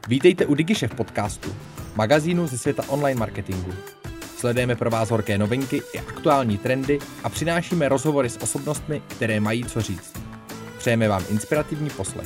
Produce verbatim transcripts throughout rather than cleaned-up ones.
Vítejte u DigiShef podcastu, magazínu ze světa online marketingu. Sledujeme pro vás horké novinky i aktuální trendy a přinášíme rozhovory s osobnostmi, které mají co říct. Přejeme vám inspirativní poslech.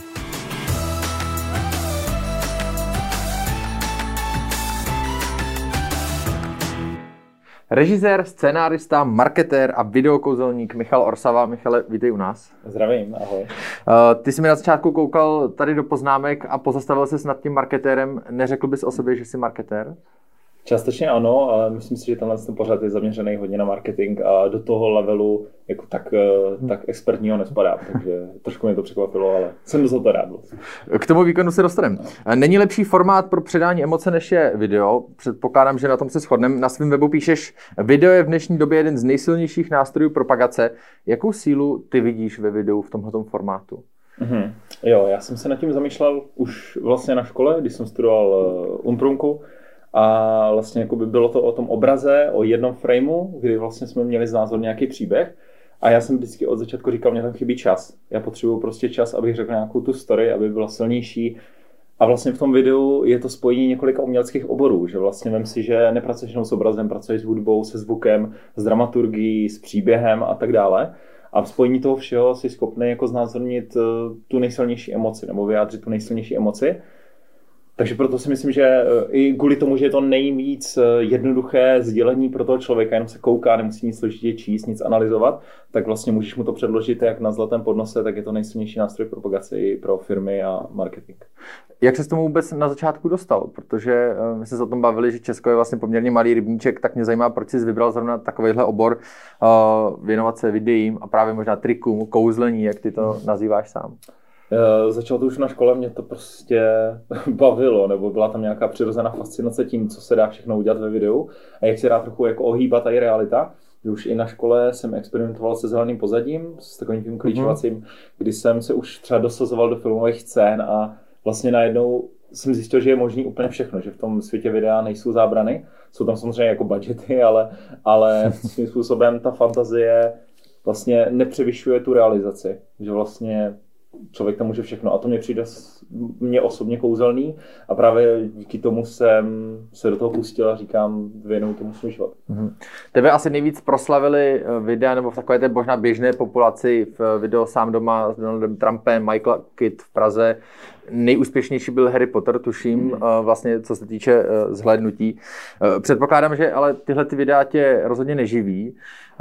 Režisér, scénárista, marketér a videokouzelník Michal Orsava. Michale, vítej u nás. Zdravím, ahoj. Uh, ty jsi mi na začátku koukal tady do poznámek a pozastavil ses nad tím marketérem. Neřekl bys o sobě, že jsi marketér? Částečně ano, ale myslím si, že tenhle ten pořad je zaměřený hodně na marketing a do toho levelu jako tak, hmm. tak expertního nespadá, takže trošku mě to překvapilo, ale jsem za to rád. K tomu výkonu se dostaneme. Není lepší formát pro předání emoce, než je video. Předpokládám, že na tom se shodneme. Na svém webu píšeš, video je v dnešní době jeden z nejsilnějších nástrojů propagace. Jakou sílu ty vidíš ve videu v tomhletom formátu? Mm-hmm. Jo, já jsem se nad tím zamýšlel už vlastně na škole, když jsem studoval Umprumku. A vlastně jako by bylo to o tom obraze, o jednom frameu, kdy vlastně jsme měli znázor nějaký příběh. A já jsem vždycky od začátku říkal, mě tam chybí čas. Já potřebuju prostě čas, abych řekl nějakou tu story, aby byla silnější. A vlastně v tom videu je to spojení několika uměleckých oborů, že vlastně vem si, že nepracuješ jenom s obrazem, pracuješ s hudbou, se zvukem, s dramaturgií, s příběhem a tak dále. A v spojení toho všeho jsi schopný jako znázornit tu nejsilnější emoci nebo vyjádřit tu nejsilnější emoci. Takže proto si myslím, že i kvůli tomu, že je to nejvíc jednoduché sdělení pro toho člověka, jenom se kouká, nemusí nic složitě číst, nic analyzovat, tak vlastně můžeš mu to předložit jak na zlatém podnose, tak je to nejsilnější nástroj propagace i pro firmy a marketing. Jak se s tomu vůbec na začátku dostal? Protože my jsme se o tom bavili, že Česko je vlastně poměrně malý rybníček, tak mě zajímá, proč jsi vybral zrovna takovýhle obor, uh, věnovat se videím a právě možná trikům, kouzlení, jak ty to hmm. nazýváš sám. Uh, začalo to už na škole, mě to prostě bavilo, nebo byla tam nějaká přirozená fascinace tím, co se dá všechno udělat ve videu a jak se dá trochu jako ohýbat i realita. Už i na škole jsem experimentoval se zeleným pozadím, s takovým tím klíčovacím, mm-hmm. kdy jsem se už třeba dosazoval do filmových scén a vlastně najednou jsem zjistil, že je možný úplně všechno, že v tom světě videa nejsou zábrany, jsou tam samozřejmě jako budgety, ale, ale svým způsobem ta fantazie vlastně nepřevyšuje tu realizaci, že vlastně člověk tam může všechno a to mě přijde mě osobně kouzelný a právě díky tomu jsem se do toho pustil a říkám, věnuju tomu svůj život. Mm-hmm. Tebe asi nejvíc proslavili videa nebo v takové té možná běžné populaci v video Sám doma s Donaldem Trumpem, Michael Kidd v Praze. Nejúspěšnější byl Harry Potter, tuším, mm. vlastně co se týče zhlédnutí. Předpokládám, že ale tyhle ty videa tě rozhodně neživí.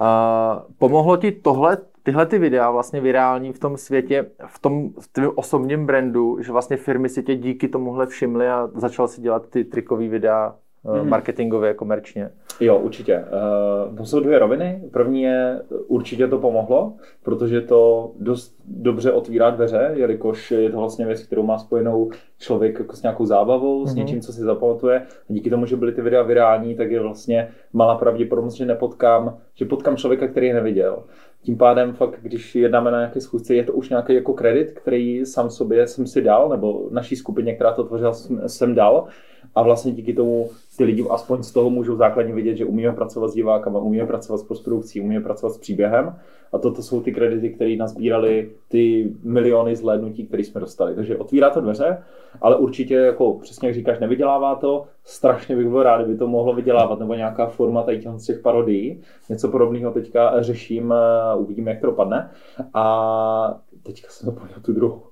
Pomohlo ti tohle Tyhle ty videa vlastně virální v tom světě, v tom v tvém osobním brandu, že vlastně firmy si tě díky tomuhle všimly a začal si dělat ty trikový videa mm. marketingově, komerčně? Jo, určitě. Uh, to jsou dvě roviny. První je, určitě to pomohlo, protože to dost dobře otvírá dveře, jelikož je to vlastně věc, kterou má spojenou člověk jako s nějakou zábavou, mm-hmm. s něčím, co si zapamatuje. A díky tomu, že byly ty videa virální, tak je vlastně malá pravděpodobnost, že nepotkám, že potkám člověka, který je neviděl. Tím pádem fakt, když jednáme na nějaké schůzce, je to už nějaký jako kredit, který sám sobě jsem si dal, nebo naší skupině, která to tvořila, jsem dal. A vlastně díky tomu ty lidi aspoň z toho můžou základně vidět, že umíme pracovat s divákama, umíme pracovat s postprodukcí, umíme pracovat s příběhem. A toto jsou ty kredity, které nazbírali ty miliony zhlédnutí, které jsme dostali. Takže otvírá to dveře, ale určitě, jako přesně jak říkáš, nevydělává to. Strašně bych byl rád, kdyby to mohlo vydělávat, nebo nějaká forma tady z těch parodií. Něco podobného teďka řeším, uvidíme, jak to dopadne. A teďka jsem zapomněl tu druhou.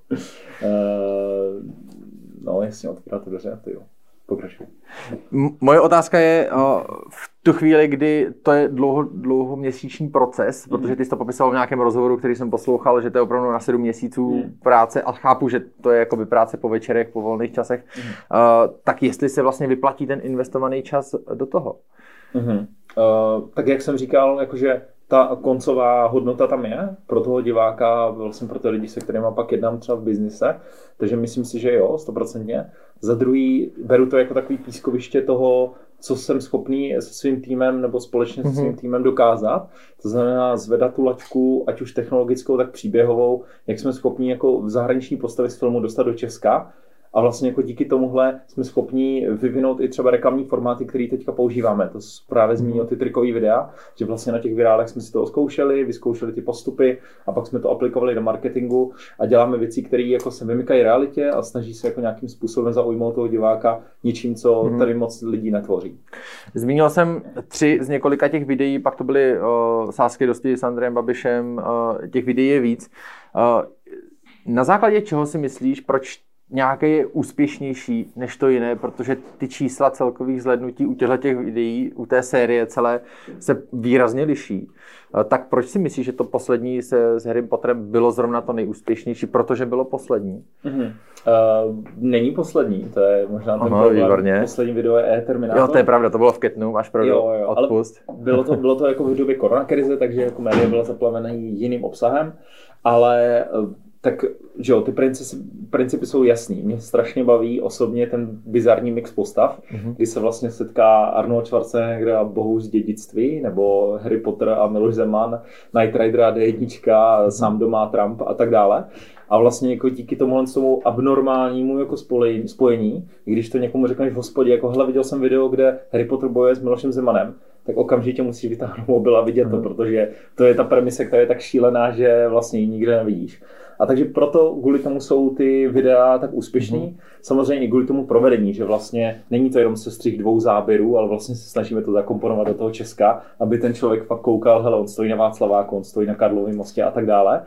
No jasně, otvírá to dveře a ty jo. Pokračuj. Moje otázka je v tu chvíli, kdy to je dlouho, dlouhoměsíční proces, mm. protože ty jsi to popisoval v nějakém rozhovoru, který jsem poslouchal, že to je opravdu na sedm měsíců mm. práce a chápu, že to je jakoby práce po večerech, po volných časech, mm. uh, tak jestli se vlastně vyplatí ten investovaný čas do toho? Mm-hmm. Uh, tak jak jsem říkal, jakože ta koncová hodnota tam je pro toho diváka, vlastně pro ty lidi, se kterými pak jednám třeba v biznise, takže myslím si, že jo, stoprocentně. Za druhý, beru to jako takový pískoviště toho, co jsem schopný se svým týmem nebo společně se svým týmem dokázat. To znamená zvedat tu laťku, ať už technologickou, tak příběhovou, jak jsme schopni jako v zahraniční postavy z filmu dostat do Česka A vlastně jako díky tomuhle jsme schopni vyvinout i třeba reklamní formáty, které teďka používáme. To právě zmínil ty trikový videa, že vlastně na těch virálech jsme si to zkoušeli, vyzkoušeli ty postupy a pak jsme to aplikovali do marketingu a děláme věci, které jako se vymykají realitě a snaží se jako nějakým způsobem zaujmout toho diváka něčím, co tady moc lidí netvoří. Zmínil jsem tři z několika těch videí, pak to byly uh, sázky dosti s Andrejem Babišem, uh, těch videí je víc. Uh, na základě čeho si myslíš, proč nějaké je úspěšnější než to jiné, protože ty čísla celkových zhlédnutí u těchto těch videí, u té série celé se výrazně liší. Tak proč si myslíš, že to poslední se s Harry Potterem bylo zrovna to nejúspěšnější, protože bylo poslední? Mm-hmm. Uh, není poslední, to je možná ten Aha, problém. Výborně. Poslední video je E-Terminator. Jo, to je pravda, to bylo v květnu, až pro jo, jo, odpust. Ale bylo to, bylo to jako v době koronakrize, takže jako média byla zaplavený jiným obsahem, ale tak, že jo, ty principy, principy jsou jasný. Mě strašně baví osobně ten bizarní mix postav, mm-hmm. kdy se vlastně setká Arnold Schwarzenegger a Bohu z dědictví, nebo Harry Potter a Miloš Zeman, Knight Rider a D jedna, mm-hmm. Sám doma Trump a tak dále. A vlastně jako díky tomuhle tomu abnormálnímu jako spojení, spojení, když to někomu řekneš v hospodě, jako hele, viděl jsem video, kde Harry Potter bojuje s Milošem Zemanem, tak okamžitě musíš vytáhnout mobil a vidět to, protože to je ta premise, která je tak šílená, že vlastně ji nikde nevidíš. A takže proto kvůli tomu jsou ty videa tak úspěšný. Mm-hmm. Samozřejmě i kvůli tomu provedení, že vlastně není to jenom sestřih dvou záběrů, ale vlastně se snažíme to zakomponovat do toho Česka, aby ten člověk fakt koukal, hele, on stojí na Václaváku, on stojí na Karlově mostě a tak dále.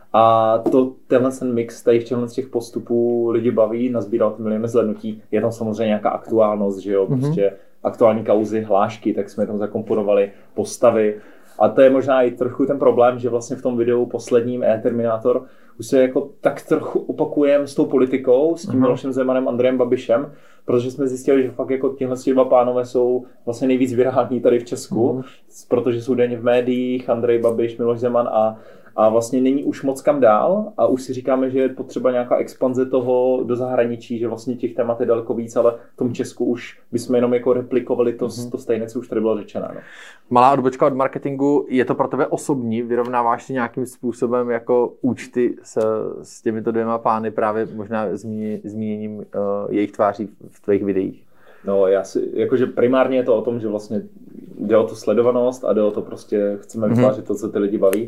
A to, tenhle ten mix tady v těchto těch postupů lidi baví, nazbíral ty miliony zhlédnutí. Je tam samozřejmě nějaká aktuálnost, že jo, mm-hmm. prostě aktuální kauzy, hlášky, tak jsme tam zakomponovali postavy. A to je možná i trochu ten problém, že vlastně v tom videu posledním E-Terminator už se jako tak trochu opakujeme s tou politikou, s tím Milošem Zemanem, Andrejem Babišem, protože jsme zjistili, že fakt jako tihle dva pánové jsou vlastně nejvíc virální tady v Česku, mm. protože jsou denně v médiích, Andrej Babiš, Miloš Zeman a A vlastně není už moc kam dál a už si říkáme, že je potřeba nějaká expanze toho do zahraničí, že vlastně těch témat je daleko víc, ale v tom Česku už bychom jenom jako replikovali to, mm-hmm. to stejné, co už tady bylo řečené. No. Malá odbočka od marketingu, je to pro tebe osobní? Vyrovnáváš si nějakým způsobem jako účty s, s těmito dvěma pány právě možná zmíně, zmíněním uh, jejich tváří v tvých videích? No, já si, jakože primárně je to o tom, že vlastně jde o tu sledovanost a jde o to prostě, chceme vytvářet to, co ty lidi baví.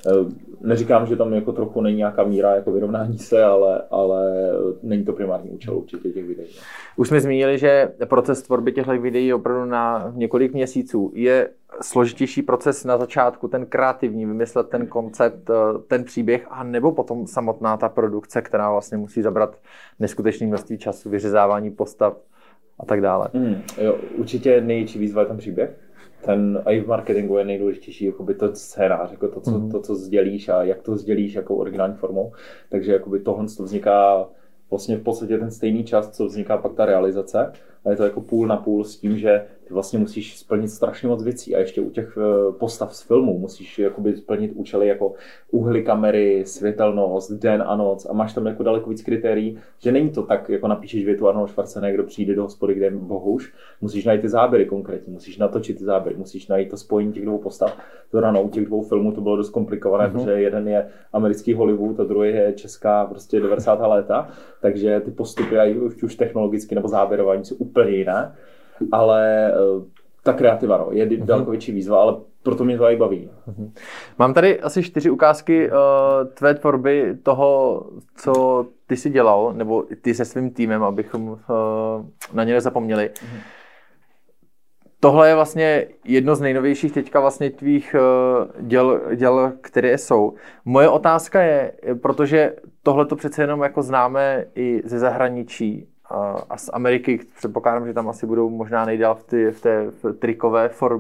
Neříkám, že tam jako trochu není nějaká míra jako vyrovnání se, ale, ale není to primární účel určitě těch videí. Už jsme zmínili, že proces tvorby těchto videí opravdu na několik měsíců je složitější proces na začátku, ten kreativní, vymyslet ten koncept, ten příběh, a nebo potom samotná ta produkce, která vlastně musí zabrat neskutečné množství času, vyřezávání postav a tak dále. Mm, jo, určitě největší výzva je ten příběh. Ten i v marketingu je nejdůležitější jakoby to scénář, jako to, co, mm. to, co sdělíš a jak to sdělíš, jakou originální formou. Takže jakoby tohle to vzniká vlastně v podstatě ten stejný čas, co vzniká pak ta realizace. A je to jako půl na půl s tím, že ty vlastně musíš splnit strašně moc věcí a ještě u těch postav z filmů musíš jakoby splnit účely jako úhly kamery, světelnost, den a noc a máš tam jako daleko víc kritérií, že není to tak, jako napíšeš větu Arnold Schwarzenegger, kdo přijde do hospody, kde je bohuž, musíš najít ty záběry konkrétní, musíš natočit ty záběry, musíš najít to spojení těch dvou postav. To ráno u těch dvou filmů to bylo dost komplikované, mm-hmm. protože jeden je americký Hollywood a druhý je česká prostě devadesátá léta, takže ty postupy už, už technologicky nebo záběrování jsou úplně jiné. Ale ta kreativa no, je daleko větší výzva, ale proto mě to i baví. Mám tady asi čtyři ukázky uh, tvé tvorby toho, co ty jsi dělal, nebo ty se svým týmem, abychom uh, na ně nezapomněli. Uh-huh. Tohle je vlastně jedno z nejnovějších teďka vlastně tvých uh, děl, děl, které jsou. Moje otázka je, protože tohle to přece jenom jako známe i ze zahraničí, a z Ameriky, předpokládám, že tam asi budou možná nejdál v, ty, v té v trikové form,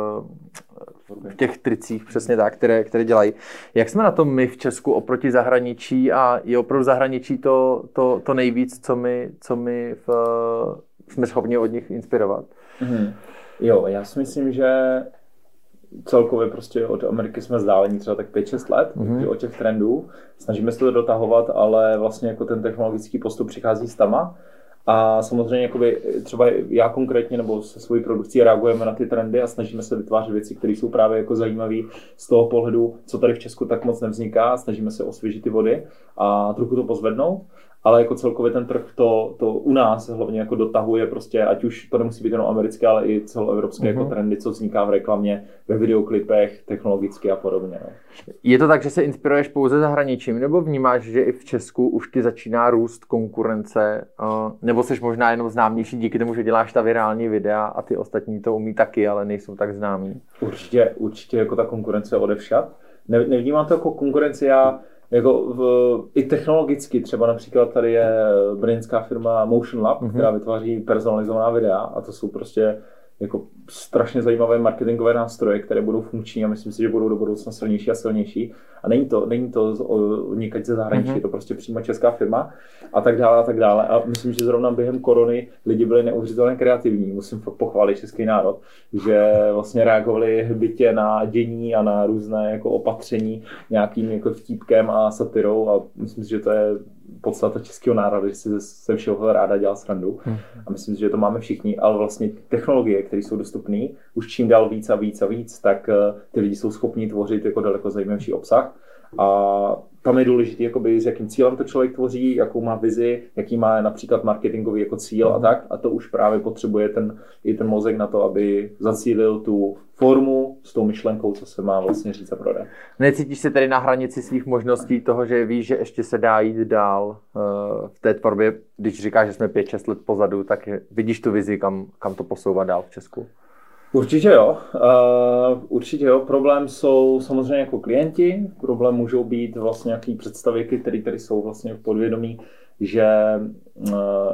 v těch tricích, přesně tak, které, které dělají. Jak jsme na tom my v Česku oproti zahraničí, a je opravdu zahraničí to, to, to nejvíc, co my, co my v, jsme schopni od nich inspirovat? Mm-hmm. Jo, já si myslím, že celkově prostě od Ameriky jsme vzdálení třeba tak pět šest let, mm-hmm. od těch trendů. Snažíme se to dotahovat, ale vlastně jako ten technologický postup přichází s tama. A samozřejmě jakoby, třeba já konkrétně nebo se svojí produkcí reagujeme na ty trendy a snažíme se vytvářet věci, které jsou právě jako zajímavé z toho pohledu, co tady v Česku tak moc nevzniká. Snažíme se osvěžit ty vody a trochu to pozvednout. ale jako celkově ten trh to, to u nás hlavně jako dotahuje prostě, ať už to nemusí být jenom americké, ale i celoevropské mm-hmm. jako trendy, co vzniká v reklamě, ve videoklipech, technologicky a podobně. No. Je to tak, že se inspiruješ pouze zahraničím, nebo vnímáš, že i v Česku už ti začíná růst konkurence, nebo jsi možná jenom známější díky tomu, že děláš ta virální videa a ty ostatní to umí taky, ale nejsou tak známí? Určitě, určitě jako ta konkurence odevšad. Ne, nevnímám to jako konkurenci, já jako v, i technologicky, třeba například tady je brněnská firma Motion Lab, mm-hmm. která vytváří personalizovaná videa a to jsou prostě jako strašně zajímavé marketingové nástroje, které budou funkční a myslím si, že budou do budoucna silnější a silnější. A není to, není to nikať ze zahraničí, mm-hmm. je to prostě přímo česká firma a tak dále a tak dále. A myslím, že zrovna během korony lidi byli neuvěřitelně kreativní. Musím pochválit český národ, že vlastně reagovali hbitě na dění a na různé jako opatření nějakým jako vtípkem a satirou a myslím si, že to je podstata českého národa, že si se všeho ráda dělá srandu. Hmm. A myslím si, že to máme všichni, ale vlastně technologie, které jsou dostupné, už čím dál víc a víc a víc, tak ty lidi jsou schopni tvořit jako daleko zajímavější obsah. A tam je důležité, jakoby, s jakým cílem to člověk tvoří, jakou má vizi, jaký má například marketingový jako cíl a tak. A to už právě potřebuje ten, i ten mozek na to, aby zacílil tu formu s tou myšlenkou, co se má vlastně říct a prodat. Necítíš se tedy na hranici svých možností toho, že víš, že ještě se dá jít dál uh, v té tvorbě, když říkáš, že jsme pět šest let pozadu, tak vidíš tu vizi, kam, kam to posouvat dál v Česku? Určitě jo. Uh, určitě jo. Problém jsou samozřejmě jako klienti, problém můžou být vlastně nějaký představěky, které tady jsou vlastně v podvědomí, že uh,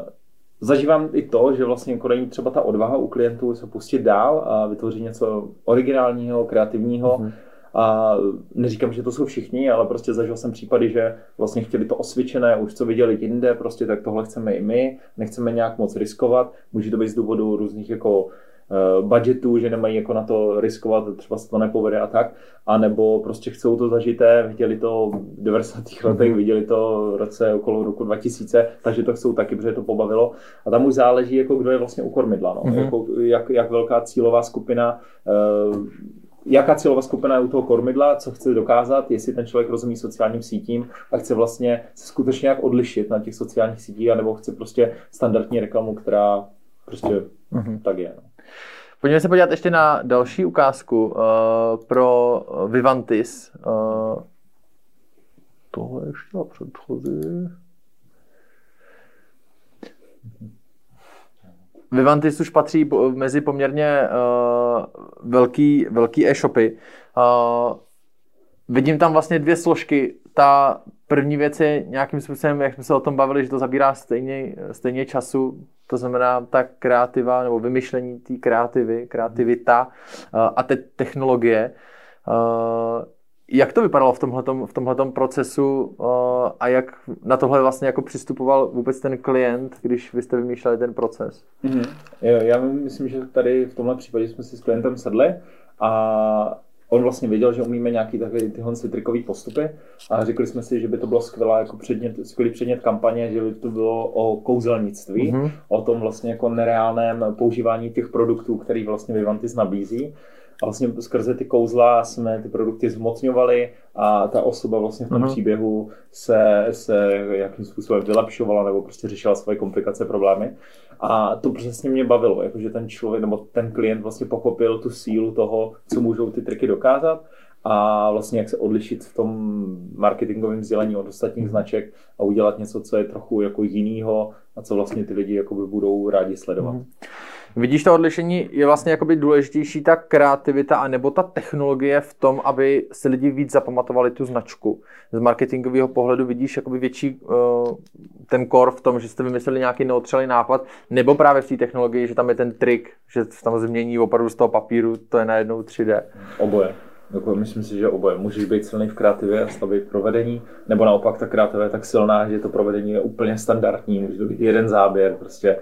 zažívám i to, že vlastně jako není třeba ta odvaha u klientů se pustit dál a vytvořit něco originálního, kreativního. Mm-hmm. A neříkám, že to jsou všichni, ale prostě zažil jsem případy, že vlastně chtěli to osvědčené, už co viděli jinde, prostě tak tohle chceme i my, nechceme nějak moc riskovat. Může to být z důvodu různých jako budgetů, že nemají jako na to riskovat, třeba se to nepovede a tak, a nebo prostě chcou to zažité, viděli to v devadesátých letech, viděli to v roce okolo roku dva tisíce, takže to chcou taky, protože to pobavilo. A tam už záleží, jako kdo je vlastně u kormidla, no. Mm-hmm. Jako, jak, jak velká cílová skupina, uh, jaká cílová skupina je u toho kormidla, co chce dokázat, jestli ten člověk rozumí sociálním sítím a chce vlastně se skutečně jak odlišit na těch sociálních sítích, anebo chce prostě standardní reklamu, která prostě mm-hmm. tak je. No. Pojďme se podívat ještě na další ukázku uh, pro Vivantis. Uh, tohle ještě a předchozí. Vivantis už patří mezi poměrně uh, velký, velký e-shopy. Uh, vidím tam vlastně dvě složky. Ta první věc je nějakým způsobem, jak jsme se o tom bavili, že to zabírá stejně, stejně času, to znamená ta kreativa nebo vymyšlení té kreativy, kreativita a te technologie. Jak to vypadalo v tomhletom, v tomhletom procesu a jak na tohle vlastně jako přistupoval vůbec ten klient, když vy jste vymýšleli ten proces? Mm-hmm. Jo, já myslím, že tady v tomhle případě jsme si s klientem sedli a on vlastně věděl, že umíme nějaký takové tyhle trikový postupy a řekli jsme si, že by to bylo skvělá jako předmět, skvělý předmět kampaně, že by to bylo o kouzelnictví, mm-hmm. o tom vlastně jako nereálném používání těch produktů, který vlastně Vivantis nabízí. A vlastně skrze ty kouzla jsme ty produkty zmocňovali a ta osoba vlastně v tom mm-hmm. příběhu se, se jakým způsobem vylepšovala nebo prostě řešila svoje komplikace, problémy. A to přesně mě bavilo, jakože ten člověk nebo ten klient vlastně pochopil tu sílu toho, co můžou ty triky dokázat a vlastně jak se odlišit v tom marketingovém vzdělení od ostatních značek a udělat něco, co je trochu jako jinýho a co vlastně ty lidi jakoby budou rádi sledovat. Mm. Vidíš, to odlišení je vlastně jakoby důležitější ta kreativita anebo ta technologie v tom, aby si lidi víc zapamatovali tu značku. Z marketingového pohledu vidíš jakoby větší uh, ten core v tom, že jste vymysleli nějaký neotřelý nápad, nebo právě v té technologii, že tam je ten trik, že tam změní opravdu z toho papíru, to je najednou tři dé. Oboje. Jako myslím si, že oboje. Můžeš být silný v kreativě a slabý v provedení, nebo naopak ta kreativa je tak silná, že to provedení je úplně standardní, může to být jeden záběr. Prostě.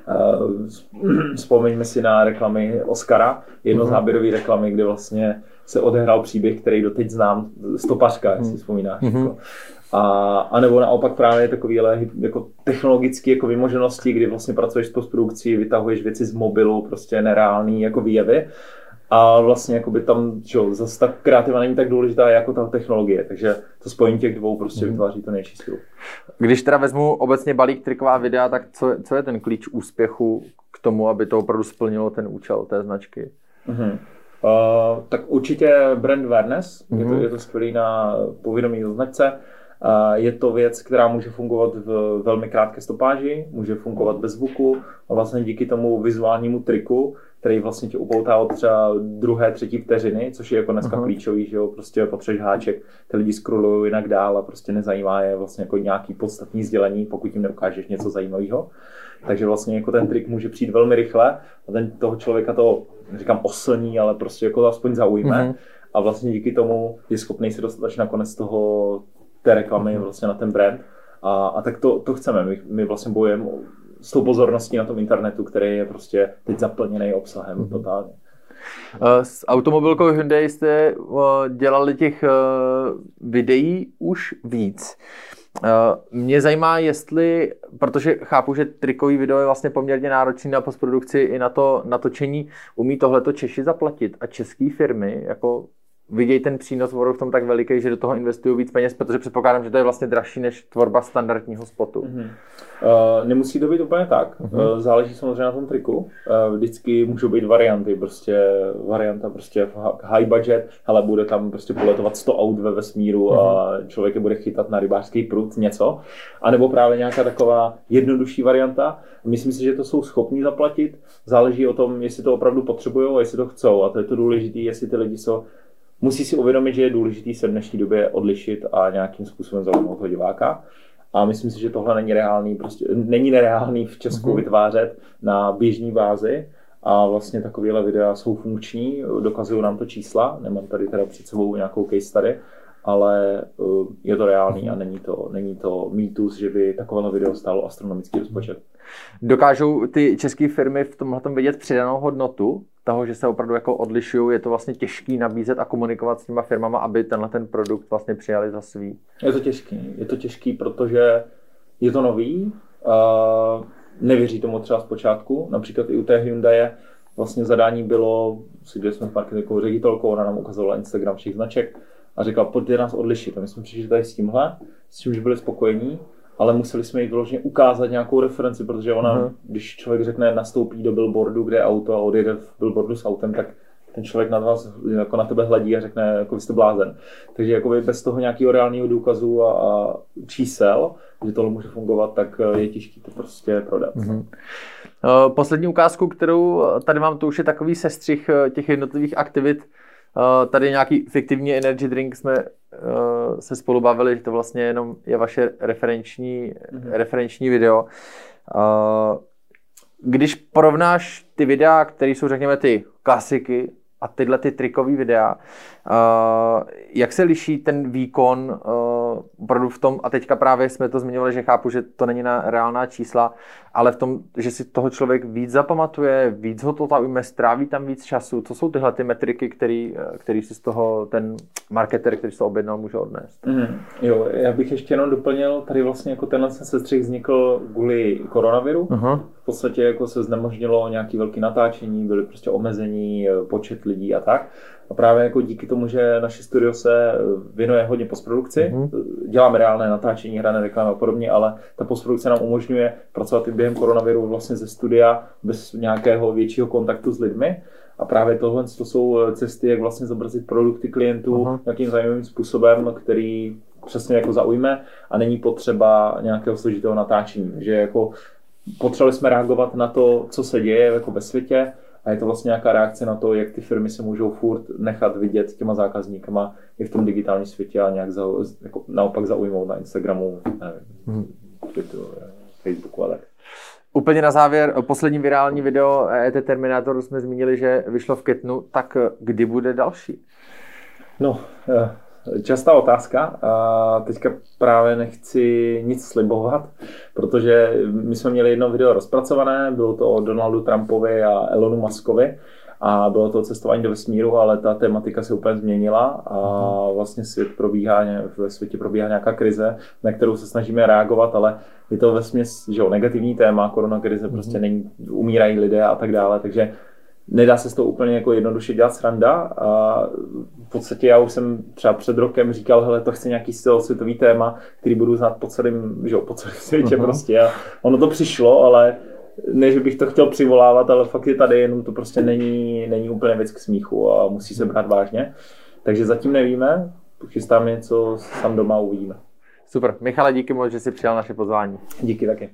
Uh, vzpomeňme si na reklamy Oscara, jednozáběrový reklamy, kde vlastně se odehrál příběh, který doteď znám, Stopařka, jestli si vzpomínáš. Mm-hmm. Jako. A, a nebo naopak právě takovéhle jako technologické jako vymoženosti, kdy vlastně pracuješ s postprodukcí, vytahuješ věci z mobilu, prostě nereální jako výjevy. A vlastně jakoby tam, že jo, zase ta kreativa není tak důležitá jako ta technologie, takže to spojení těch dvou prostě mm. vytváří to největší sílu. Když teda vezmu obecně balík triková videa, tak co, co je ten klíč úspěchu k tomu, aby to opravdu splnilo ten účel té značky? Mm-hmm. Uh, tak určitě brand awareness, mm-hmm. je, to, je to skvělý na povědomí o značce. Uh, je to věc, která může fungovat v velmi krátké stopáži, může fungovat bez zvuku a vlastně díky tomu vizuálnímu triku, který vlastně tě upoutá od třeba druhé, třetí vteřiny, což je jako dneska uh-huh. klíčový, že jo, prostě potřebuješ háček, ty lidi scrollují jinak dál a prostě nezajímá je vlastně jako nějaký podstatný sdělení, pokud jim neukážeš něco zajímavého. Takže vlastně jako ten trik může přijít velmi rychle a ten toho člověka to, říkám oslní, ale prostě jako to aspoň zaujme uh-huh. a vlastně díky tomu je schopný se dostat až nakonec toho té reklamy uh-huh. vlastně na ten brand a, a tak to, to chceme, my, my vlastně bojujeme s tou pozorností na tom internetu, který je prostě teď zaplněný obsahem mm-hmm. totálně. S automobilkou Hyundai jste dělali těch videí už víc. Mě zajímá, jestli, protože chápu, že trikový video je vlastně poměrně náročný na postprodukci i na to natočení, umí tohleto Češi zaplatit a české firmy jako vidějí ten přínos v tom tak veliký, že do toho investují víc peněz, protože předpokládám, že to je vlastně dražší než tvorba standardního spotu. Mm-hmm. Uh, nemusí to být úplně tak. Mm-hmm. Uh, záleží samozřejmě na tom triku. Uh, vždycky můžou být varianty, prostě varianta prostě high budget, ale bude tam prostě poletovat sto aut ve vesmíru mm-hmm. a člověk je bude chytat na rybářský prut něco. A nebo právě nějaká taková jednodušší varianta. Myslím si, že to jsou schopní zaplatit. Záleží o tom, jestli to opravdu potřebují a jestli to chcou. A to je to důležité, jestli ty lidi jsou musí si uvědomit, že je důležitý se v dnešní době odlišit a nějakým způsobem zaujmout toho diváka. A myslím si, že tohle není reálný, prostě není nereálný v Česku mm-hmm. vytvářet na běžný bázi. A vlastně takovéhle videa jsou funkční, dokazují nám to čísla. Nemám tady teda před sebou nějakou case study, ale uh, je to reálný a není to, není to mýtus, že by takovéhle video stálo astronomický rozpočet. Dokážou ty české firmy v tomhletom vidět přidanou hodnotu toho, že se opravdu jako odlišují, je to vlastně těžký nabízet a komunikovat s těma firmama, aby tenhle ten produkt vlastně přijali za svý? Je to těžký, je to těžký, protože je to nový, uh, nevěří tomu třeba zpočátku, například i u té Hyundai vlastně zadání bylo, seděli jsme s marketingovou ředitelkou, ona nám ukazovala Instagram všech značek a řekla, pojďte nás odlišit. A my jsme přišli tady s tímhle, s tím, že byli spokojení, ale museli jsme jí vyloženě ukázat nějakou referenci, protože ona, uh-huh. když člověk řekne, nastoupí do billboardu, kde je auto a odjede v billboardu s autem, tak ten člověk na vás jako na tebe hledí a řekne, jako vy jste blázen. Takže jako bez toho nějakého reálného důkazu a, a čísel, že tohle může fungovat, tak je těžké to prostě prodat. Uh-huh. Poslední ukázku, kterou tady mám, to už je takový sestřih těch jednotlivých aktivit. Tady nějaký fiktivní energy drink jsme se spolu bavili, že to vlastně jenom je vaše referenční, mm-hmm. referenční video. Když porovnáš ty videa, které jsou, řekněme, ty klasiky a tyhle ty trikový videa, jak se liší ten výkon opravdu v tom, a teďka právě jsme to zmiňovali, že chápu, že to není na reálná čísla, ale v tom, že si toho člověk víc zapamatuje, víc ho to zaujme, stráví tam víc času. Co jsou tyhle ty metriky, který, který si z toho ten marketer, který se to objednal, může odnést? Mm, jo, já bych ještě jenom doplnil, tady vlastně jako tenhle sestřih vznikl kvůli koronaviru. Uh-huh. V podstatě jako se znemožnilo nějaké velké natáčení, byly prostě omezení, počet lidí a tak. A právě jako díky tomu, že naše studio se věnuje hodně postprodukci, mm-hmm. děláme reálné natáčení, hrané reklamy a podobně, ale ta postprodukce nám umožňuje pracovat i během koronaviru vlastně ze studia bez nějakého většího kontaktu s lidmi. A právě tohle to jsou cesty, jak vlastně zobrazit produkty klientů uh-huh. nějakým zajímavým způsobem, který přesně jako zaujme a není potřeba nějakého složitého natáčení. Takže jako potřebovali jsme reagovat na to, co se děje jako ve světě. A je to vlastně nějaká reakce na to, jak ty firmy se můžou furt nechat vidět těma zákazníkama i v tom digitálním světě a nějak za, jako naopak zaujmout na Instagramu, nevím, hmm. Twitteru, Facebooku a tak. Úplně na závěr, poslední virální video E T Terminator jsme zmínili, že vyšlo v květnu, tak kdy bude další? No, častá otázka a teďka právě nechci nic slibovat, protože my jsme měli jedno video rozpracované, bylo to o Donaldu Trumpovi a Elonu Muskovi a bylo to cestování do vesmíru, ale ta tematika se úplně změnila a vlastně svět probíhá, ve světě probíhá nějaká krize, na kterou se snažíme reagovat, ale je to vesměs, že jo, negativní téma, koronakrize, prostě není, umírají lidé a tak dále, takže nedá se s toho úplně jako jednoduše dělat sranda a v podstatě já už jsem třeba před rokem říkal, hele, to chci nějaký celosvětový téma, který budu znát po celém, že jo, po celém světě uh-huh. prostě a ono to přišlo, ale ne, že bych to chtěl přivolávat, ale fakt je tady, jenom to prostě není, není úplně věc k smíchu a musí se brát vážně. Takže zatím nevíme, chystáme něco, sám doma uvidíme. Super. Michale, díky moc, že jsi přijal naše pozvání. Díky taky.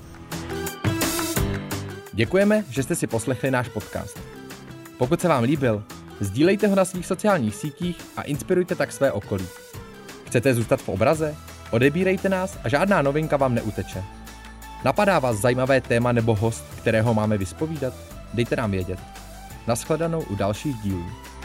Děkujeme, že jste si poslechli náš podcast. Pokud se vám líbil, sdílejte ho na svých sociálních sítích a inspirujte tak své okolí. Chcete zůstat v obraze? Odebírejte nás a žádná novinka vám neuteče. Napadá vás zajímavé téma nebo host, kterého máme vyspovídat? Dejte nám vědět. Nashledanou u dalších dílů.